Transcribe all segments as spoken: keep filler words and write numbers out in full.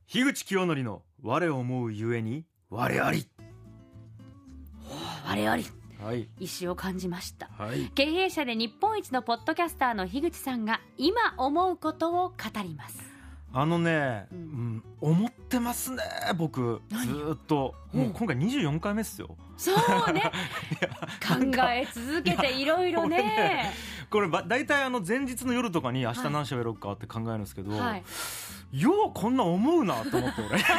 樋口清則の我思うゆえに我あり。 我あり、 はい、 意志を感じました、 はい、 経営者で日本一のポッドキャスターの樋口さんが今思うことを語ります。 あのね、 うんうん、思ってますね僕ずっと、もう今回にじゅうよんかいめっすよ。 そうね考え続けていろいろね。 これだいたいあの前日の夜とかに明日何喋ろうかって考えるんですけど、はい、ようこんな思うなと思って俺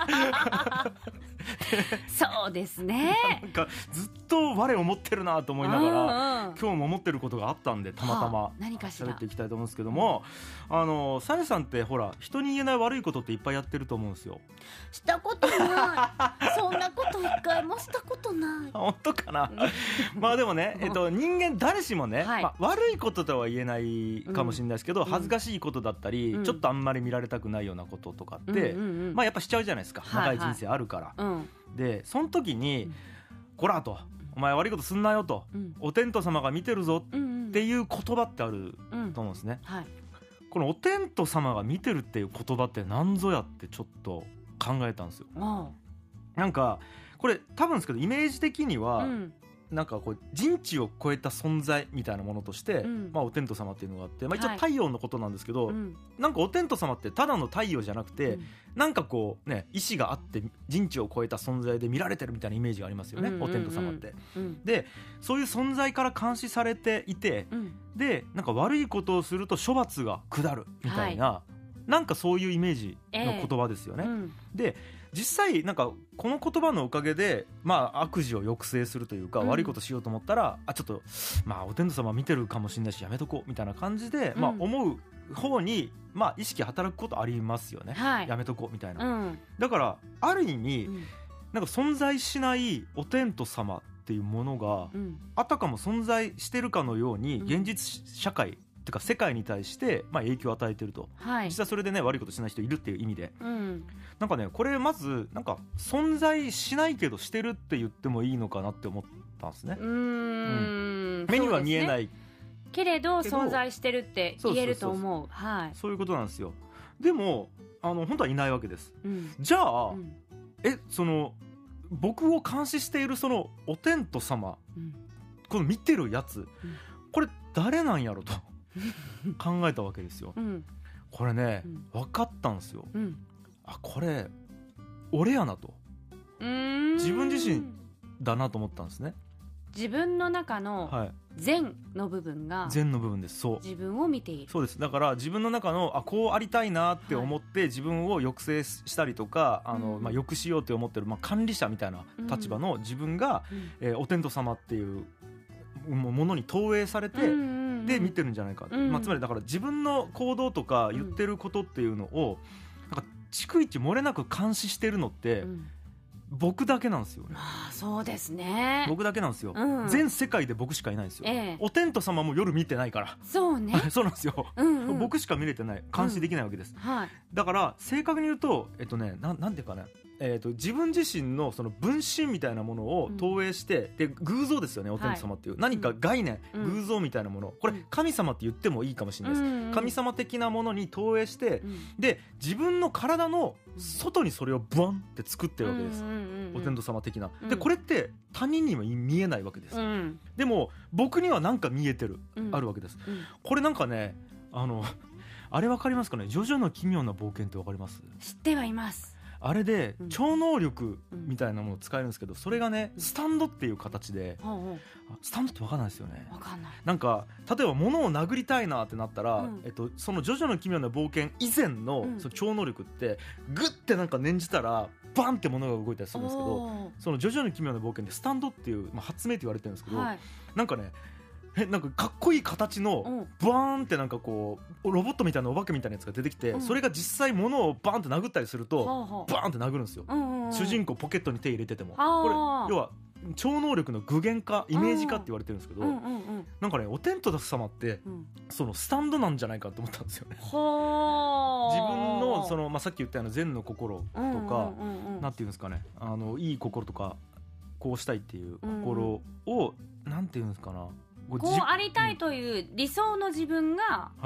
そうですね。 なんかずっと我思ってるなと思いながら、うんうん、今日も思ってることがあったんでたまたま喋っていきたいと思うんですけども、あのさやさんってほら人に言えない悪いことっていっぱいやってると思うんですよ。 したことないそんなこと一回もしたことない。 本当かなまあでもね、えっと、人間誰しもね、はい、まあ、悪いこととは言えないかもしれないですけど、うん、恥ずかしいことだったり、うん、ちょっとあんまり見られたくないようなこととかって、うんうんうん、まあ、やっぱしちゃうじゃないですか、はいはい、長い人生あるから、うん、でその時に、うん、こらとお前悪いことすんなよと、うん、お天道様が見てるぞっていう言葉ってあると思うんですね、うんうん、はい、このお天道様が見てるっていう言葉って何ぞやってちょっと考えたんですよ。なんかこれ多分ですけどイメージ的には、うん、なんかこう人知を超えた存在みたいなものとして、うん、まあ、お天道様っていうのがあって、まあ、一応太陽のことなんですけど、はい、なんかお天道様ってただの太陽じゃなくて、うん、なんかこうね意志があって人知を超えた存在で見られてるみたいなイメージがありますよね、うんうんうん、お天道様って、うん、でそういう存在から監視されていて、うん、でなんか悪いことをすると処罰が下るみたいな、はい、なんかそういうイメージの言葉ですよね、えーうん、で実際なんかこの言葉のおかげで、まあ、悪事を抑制するというか、うん、悪いことしようと思ったらあちょっと、まあ、お天道様見てるかもしれないしやめとこうみたいな感じで、うん、まあ、思う方に、まあ、意識働くことありますよね、はい、やめとこうみたいな、うん、だからある意味、うん、なんか存在しないお天道様っていうものが、うん、あたかも存在してるかのように現実社会、うんてか世界に対して、まあ、影響を与えていると、はい、実はそれでね悪いことしない人いるっていう意味で、うん、なんかねこれまずなんか存在しないけどしてるって言ってもいいのかなって思ったんですね。うーん、うん、目には見えない、ね、 けれど存在してるって言えると思う。 そういうことなんですよ。でもあの本当はいないわけです、うん、じゃあ、うん、えその僕を監視しているそのお天道様、うん、この見てるやつ、うん、これ誰なんやろと考えたわけですよ、うん、これね、うん、分かったんですよ、うん、あこれ俺やなと、うーん自分自身だなと思ったんですね。 自分の中の善の部分が、 はい、善の部分です。そう自分を見ている。 そうです。だから自分の中のあこうありたいなって思って、はい、自分を抑制したりとかあの、うんまあ、良くしようって思ってる、まあ、管理者みたいな立場の自分が、うんえー、お天道様っていうものに投影されて、うんで見てるんじゃないか、うんまあ、つまりだから自分の行動とか言ってることっていうのを、うん、なんか逐一漏れなく監視してるのって、うん、僕だけなんですよね。 ああそうですね。 僕だけなんですよ、うん、全世界で僕しかいないんですよ、ええ、お天道様も夜見てないから。 そうねそうなんですよ、うんうん、僕しか見れてない監視できないわけです、うんはい、だから正確に言うとえっとねな、なんていうかねえー、と自分自身 の, その分身みたいなものを投影して、うん、で偶像ですよねお天道様っていう、はい、何か概念、うん、偶像みたいなものこれ神様って言ってもいいかもしれないです、うんうん、神様的なものに投影して、うん、で自分の体の外にそれをブワンって作ってるわけです、うんうんうん、お天道様的なでこれって他人には見えないわけです、うん、でも僕には何か見えてる、うん、あるわけです、うん、これなんかねあのあれ分かりますかね、ジョジョの奇妙な冒険って分かります？ 知ってはいます。 あれで超能力みたいなものを使えるんですけど、それがねスタンドっていう形で、スタンドって分かんないですよね。 分かんない。 なんか例えば物を殴りたいなってなったら、うんえっと、そのジョジョの奇妙な冒険以前 の,、うん、その超能力ってグッてなんか念じたらバンって物が動いたりするんですけど、そのジョジョの奇妙な冒険でスタンドっていう、まあ、発明って言われてるんですけど、はい、なんかねえなんかかっこいい形のバーンってなんかこうロボットみたいなお化けみたいなやつが出てきて、うん、それが実際物をバーンって殴ったりすると、うん、バーンって殴るんですよ、うんうん、主人公ポケットに手入れてても、これ要は超能力の具現化イメージ化って言われてるんですけど、うんうんうん、なんかねお天道様って、うん、そのスタンドなんじゃないかと思ったんですよね。自分のその、まあ、さっき言ったような善の心とか、うんうんうんうん、なんていうんですかねあのいい心とかこうしたいっていう心を、うん、なんていうんですかなこうありたいという理想の自分が、 はい、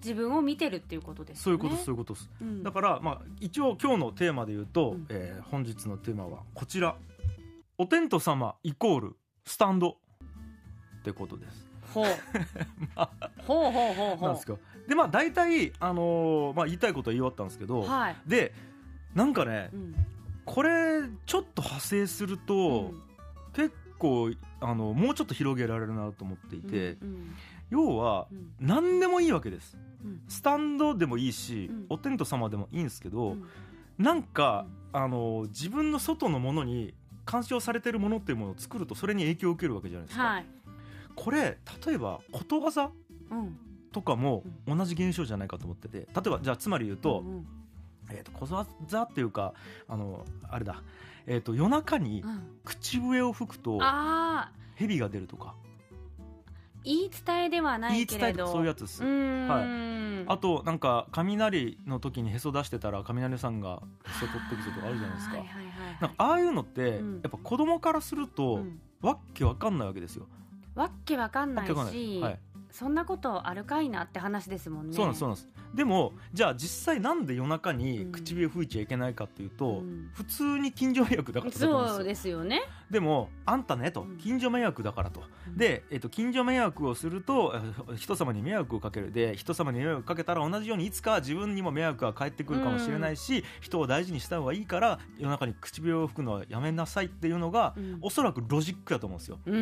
自分を見てるっていうことですね。 そういうことそういうことです、うん、だから、まあ、一応今日のテーマで言うと、うん、えー、本日のテーマはこちら、お天道様イコールスタンドってことです。 ほう、まあ、ほうほうほうほうなんですか。でまあ大体、あのーまあ、言いたいことは言い終わったんですけど、 はい、 でなんかね、うん、これちょっと派生すると、うん、結構あのもうちょっと広げられるなと思っていて、うんうん、要は、うん、何でもいいわけです、うん、スタンドでもいいし、うん、お天道様でもいいんですけど、うん、なんか、うん、あの自分の外のものに干渉されてるものっていうものを作るとそれに影響を受けるわけじゃないですか、はい、これ例えばことわざ、うんとかも同じ現象じゃないかと思ってて、例えばじゃあつまり言うと、うんうん、えーとことわざっていうかあのあれだ、えーと夜中に口笛を吹くと蛇が出るとか、 言い伝えではないけれど言い伝えとかそういうやつです。はい、あとなんか雷の時にへそ出してたら雷さんがへそ取ってきてとかあるじゃないですか。なんかああいうのって、うん、やっぱ子供からすると、うん、わっけわかんないわけですよ。 わっけわかんないし、はい、そんなことあるかいなって話ですもんね。 そうなんですそうなんです。でもじゃあ実際なんで夜中に口笛吹いちゃいけないかっていうと、うん、普通に近所迷惑だからだと思うんですよ。 そうですよね。 でもあんたねと、近所迷惑だからと、うん、で、えっと、近所迷惑をすると人様に迷惑をかける、で人様に迷惑をかけたら同じようにいつか自分にも迷惑が返ってくるかもしれないし、うん、人を大事にした方がいいから夜中に口笛を吹くのはやめなさいっていうのが、うん、おそらくロジックだと思うんですよ、うん、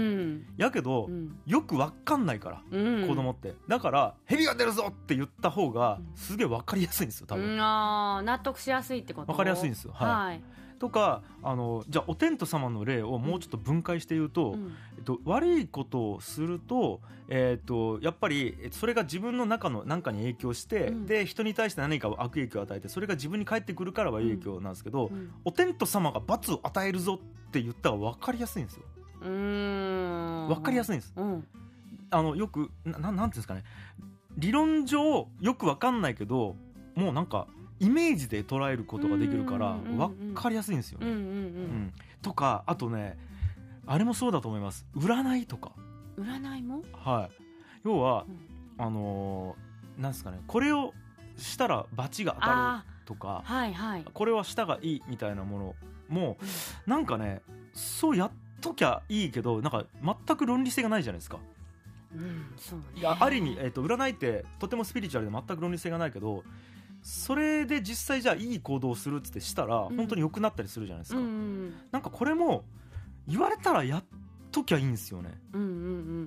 やけど、うん、よくわかんないから、うん、子供ってだから蛇が出るぞって言った方がすげえわかりやすいんですよ多分、うん、 あ納得しやすいってこと。 わかりやすいんですよ、はい、はい、とかあのじゃあお天道様の例をもうちょっと分解して言うと、うんえっと、悪いことをすると、えっと、やっぱりそれが自分の中の何かに影響して、うん、で人に対して何か悪影響を与えてそれが自分に返ってくるから悪い影響なんですけど、うんうん、お天道様が罰を与えるぞって言ったら分かりやすいんですよ。うーん分かりやすいんです、うん、あのよく な, なんていうんですかね、理論上よく分かんないけどもうなんかイメージで捉えることができるから分かりやすいんですよね、うんうんうんうん、とかあとねあれもそうだと思います。占いとか。 占いも、 はい、要は、うん、あのー、なんですかね、これをしたら罰が当たるとか、はいはい、これはしたがいいみたいなものも、うん、なんかねそうやっときゃいいけどなんか全く論理性がないじゃないですか。 うんそうね、 いやある意味、えーと、占いってとてもスピリチュアルで全く論理性がないけどそれで実際じゃあいい行動をするってしたら本当に良くなったりするじゃないですか、うん、なんかこれも言われたらやっときゃいいんですよね、うんうんうん、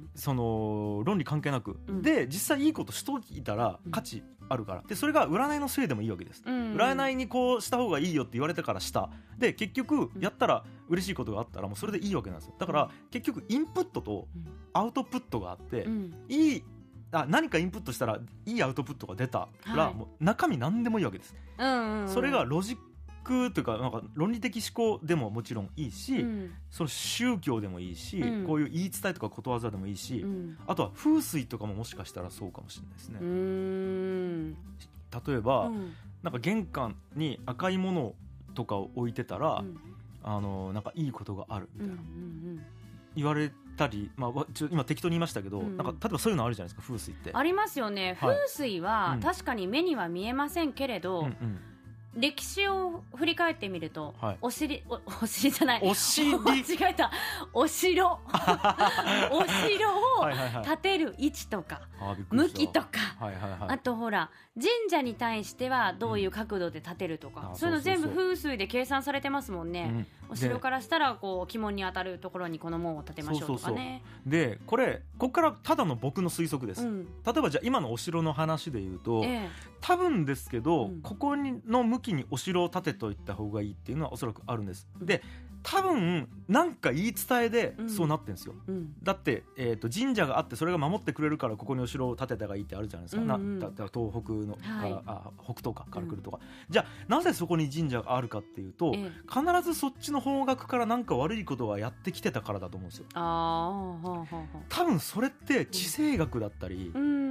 その論理関係なく、うん、で実際いいことしといたら価値あるから、でそれが占いのせいでもいいわけです、うんうん、占いにこうした方がいいよって言われてからしたで結局やったら嬉しいことがあったらもうそれでいいわけなんですよ。だから結局インプットとアウトプットがあって、うん、いいあ何かインプットしたらいいアウトプットが出たら、はい、もう中身何でもいいわけです、うんうんうん、それがロジックというか、なんか論理的思考でももちろんいいし、うん、その宗教でもいいし、うん、こういう言い伝えとかことわざでもいいし、うん、あとは風水とかももしかしたらそうかもしれないですね。うーん例えば、うん、なんか玄関に赤いものとかを置いてたら、うん、あのなんかいいことがあるみたいな、うんうんうん、言われたり、まあ、ちょ今適当に言いましたけど、うん、なんか例えばそういうのあるじゃないですか。風水ってありますよね、はい、風水は確かに目には見えませんけれど、うんうんうん、歴史を振り返ってみると、はい、お尻 お, お尻じゃないお尻間違えたお城お城を建てる位置とか向きとか、はいはいはい、あとほら神社に対してはどういう角度で建てるとか、うん、そういうの全部風水で計算されてますもんね、うん、お城からしたらこう鬼門に当たるところにこの門を建てましょうとかね。そうそうそうでこれここからただの僕の推測です、うん、例えばじゃあ今のお城の話で言うと、ええ、多分ですけど、うん、ここの向きにお城を建てといた方がいいっていうのはおそらくあるんです。で多分なんか言い伝えでそうなってるんですよ、うん、だって、えーと、神社があってそれが守ってくれるからここにお城を建てた方がいいってあるじゃないですか、うんうん、な東北の、はい、あ北東かから来るとか、うん、じゃあなぜそこに神社があるかっていうと、ええ、必ずそっちの方角からなんか悪いことがやってきてたからだと思うんですよ。あ多分それって地政学だったり、うん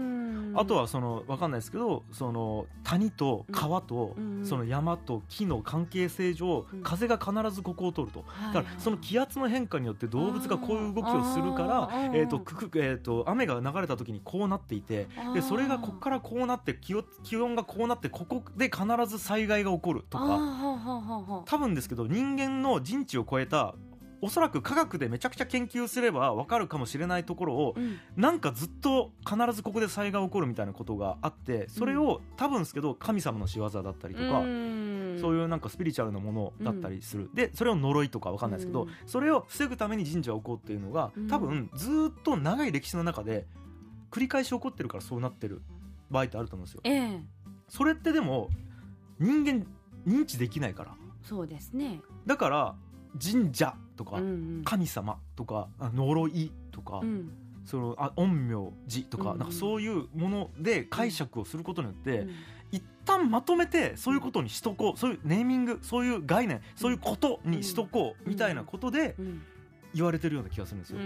あとはその分かんないですけど、その谷と川とその山と木の関係性上、風が必ずここを通ると、だからその気圧の変化によって動物がこういう動きをするから、えーとくくえーと雨が流れた時にこうなっていて、でそれがここからこうなって気温がこうなってここで必ず災害が起こるとか、多分ですけど人間の人知を超えた、おそらく科学でめちゃくちゃ研究すれば分かるかもしれないところを、うん、なんかずっと必ずここで災害が起こるみたいなことがあって、それを多分ですけど神様の仕業だったりとか、うん、そういうなんかスピリチュアルなものだったりする、うん、でそれを呪いとか分かんないですけど、うん、それを防ぐために神社を置こうっていうのが多分ずっと長い歴史の中で繰り返し起こってるからそうなってる場合ってあると思うんですよ、えー、それってでも人間認知できないから。 そうですね。 だから神社とか神様とか呪いとか、うん、そのあ陰陽師とか、うん、なんかそういうもので解釈をすることによって、うん、一旦まとめてそういうことにしとこう、そういうネーミング、そういう概念、そういうことにしとこうみたいなことで言われてるような気がするんですよ、うん、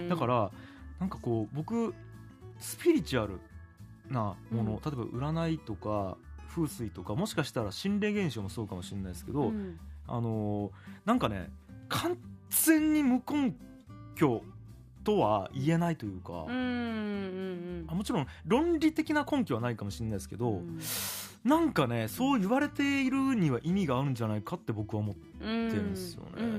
だからなんかこう僕スピリチュアルなもの、うん、例えば占いとか風水とか、もしかしたら心霊現象もそうかもしれないですけど、うん、あのー、なんかね完全に無根拠とは言えないというか、うんうんうん、あもちろん論理的な根拠はないかもしれないですけど、うん、なんかねそう言われているには意味があるんじゃないかって僕は思ってるんですよね、うんうんうんうん、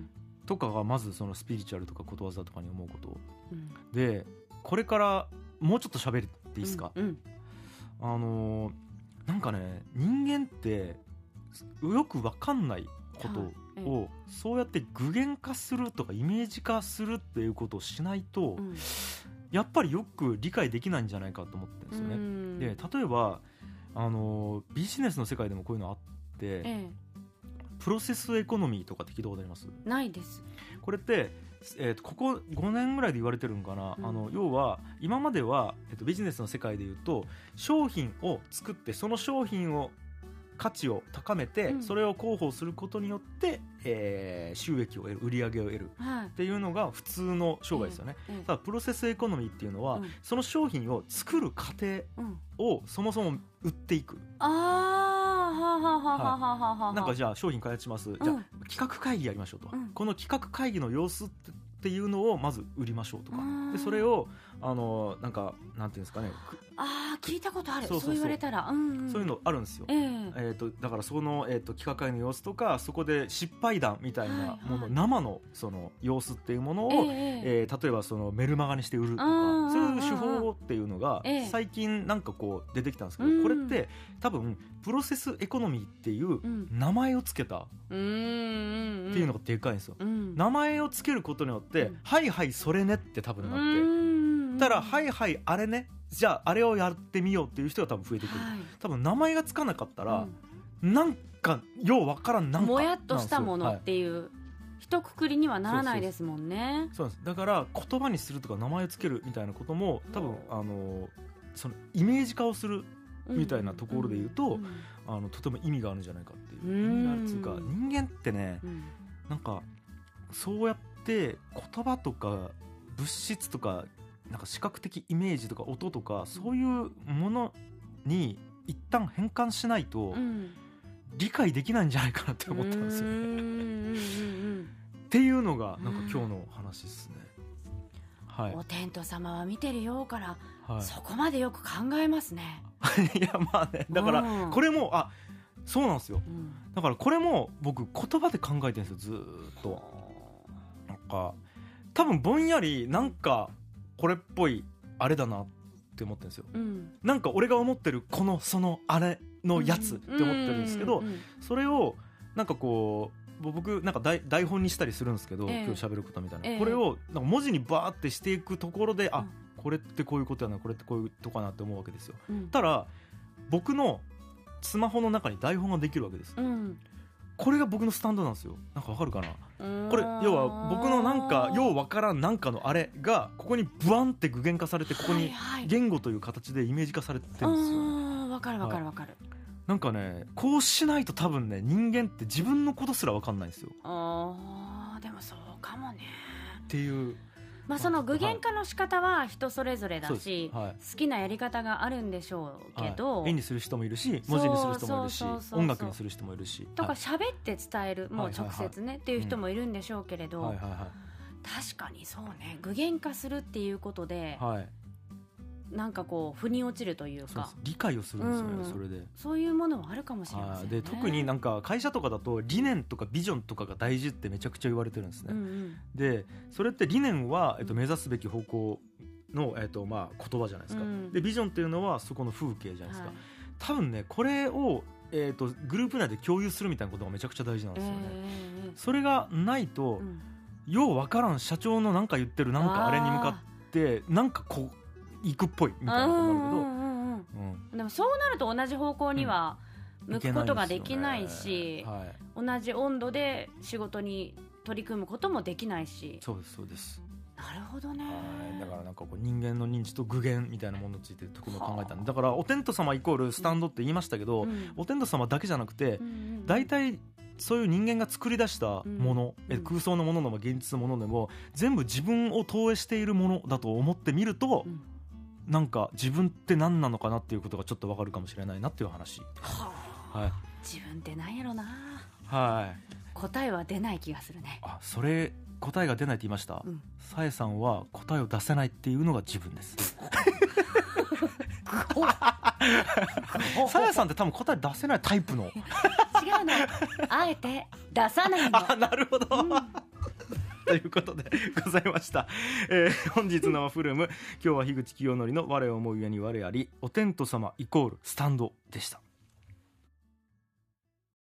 とかがまずそのスピリチュアルとかことわざとかに思うこと、うん、でこれからもうちょっと喋っていいですか、うんうん、あのー、なんかね人間ってよく分かんないことをそうやって具現化するとかイメージ化するっていうことをしないと、うん、やっぱりよく理解できないんじゃないかと思ってるんですよね、うん、で例えばあのビジネスの世界でもこういうのあって、ええ、プロセスエコノミーとかって聞いたことあります？ ないです。 これって、えー、とここごねんぐらいで言われてるんかな、うん、あの要は今までは、えー、とビジネスの世界でいうと商品を作ってその商品を価値を高めて、うん、それを広報することによって、えー、収益を得る、売り上げを得る、はい、っていうのが普通の商売ですよね、ええええ、ただプロセスエコノミーっていうのは、うん、その商品を作る過程をそもそも売っていく、うん、あーはははははは、なんかじゃあ商品開発します、うん、じゃあ企画会議やりましょうと、うん、この企画会議の様子ってっていうのをまず売りましょうとか、でそれをあのなんかなんていうんですかね、 あ聞いたことある、そうそうそう、そう言われたら、うんうん、 そういうのあるんですよ、えーえー、とだからその、えー、と企画会の様子とかそこで失敗談みたいなもの、はいはい、生のその様子っていうものを、えーえー、例えばそのメルマガにして売るとか、そういう手法っていうのが最近なんかこう出てきたんですけど、えー、これって多分プロセスエコノミーっていう名前をつけたっていうのがでかいんですよ、うん、名前をつけることによって、うん、はいはいそれねって多分なってたら、はいはいあれね、じゃああれをやってみようっていう人が多分増えてくる、はい、多分名前がつかなかったら、うん、なんかようわからん、なんかもやっとしたものっていう、はい、一括りにはならないですもんね。 そうです。だから言葉にするとか名前をつけるみたいなことも多分あのそのイメージ化をするみたいなところで言うと、うんうん、あのとても意味があるんじゃないかっていう、意味があるっていうか、人間ってね、うん、なんかそうやって言葉とか物質とかなんか視覚的イメージとか音とかそういうものに一旦変換しないと理解できないんじゃないかなって思ったんですよねっていうのがなんか今日の話ですね、 はい、お天道様は見てるよから、はい、そこまでよく考えますねいやまあね、だからこれもあそうなんですよ、うん、だからこれも僕言葉で考えてるんですよずっと。なんか多分ぼんやりなんかこれっぽいあれだなって思ってるんですよ、うん、なんか俺が思ってるこのそのあれのやつって思ってるんですけど、それをなんかこう僕なんか 台, 台本にしたりするんですけど、えー、今日喋ることみたいな、えー、これをなんか文字にバーってしていくところで、うん、あこれってこういうことやな、これってこういうとこかなって思うわけですよ、うん、ただ僕のスマホの中に台本ができるわけです、うん、これが僕のスタンドなんですよ。なんかわかるかな、これ要は僕のなんかようわからんなんかのあれがここにブワンって具現化されて、ここに言語という形でイメージ化されてるんですよ、ね、 わかるわかるわかる、はい、 なんかねこうしないと多分ね人間って自分のことすらわかんないんですよ。 あーでもそうかもねっていうまあ、その具現化の仕方は人それぞれだし、はい、好きなやり方があるんでしょうけど、 はい、絵にする人もいるし文字にする人もいるし音楽にする人もいるしとか喋って伝える、はい、もう直接ね、はいはいはい、っていう人もいるんでしょうけれど、うんはいはいはい、確かにそうね具現化するっていうことで、はい、なんかこう腑に落ちるというか理解をするんですよね、うん、それでそういうものはあるかもしれませんね。 で特になんか会社とかだと理念とかビジョンとかが大事ってめちゃくちゃ言われてるんですね、うんうん、でそれって理念は、えっと、目指すべき方向の、えっとまあ、言葉じゃないですか、うん、でビジョンっていうのはそこの風景じゃないですか、はい、多分ねこれを、えっと、グループ内で共有するみたいなことがめちゃくちゃ大事なんですよね、えー、それがないと、うん、ようわからん社長のなんか言ってるなんかあれに向かってなんかこう行くっぽいみたいなことになるけど、うんうんうん、 でもそうなると同じ方向には向くことができないし、うんないねはい、同じ温度で仕事に取り組むこともできないし。 そうですそうです。 なるほどね。 だからなんかこう人間の認知と具現みたいなものについて特に考えたんで、だからお天道様イコールスタンドって言いましたけど、うん、お天道様だけじゃなくて、うんうん、大体そういう人間が作り出したもの、うん、空想のものでも現実のものでも全部自分を投影しているものだと思ってみると、うん、なんか自分って何なのかなっていうことがちょっと分かるかもしれないなっていう話、はあはい、自分って何やろな、 はい、 答えは出ない気がするね。 あ、それ答えが出ないって言いました、うん、さえさんは答えを出せないっていうのが自分ですさやさんって多分答え出せないタイプの違うの、あえて出さないの。 あ、なるほど、うんということでございました、えー、本日のワフルーム今日は樋口清則の我を思う上に我ありお天道様イコールスタンドでした。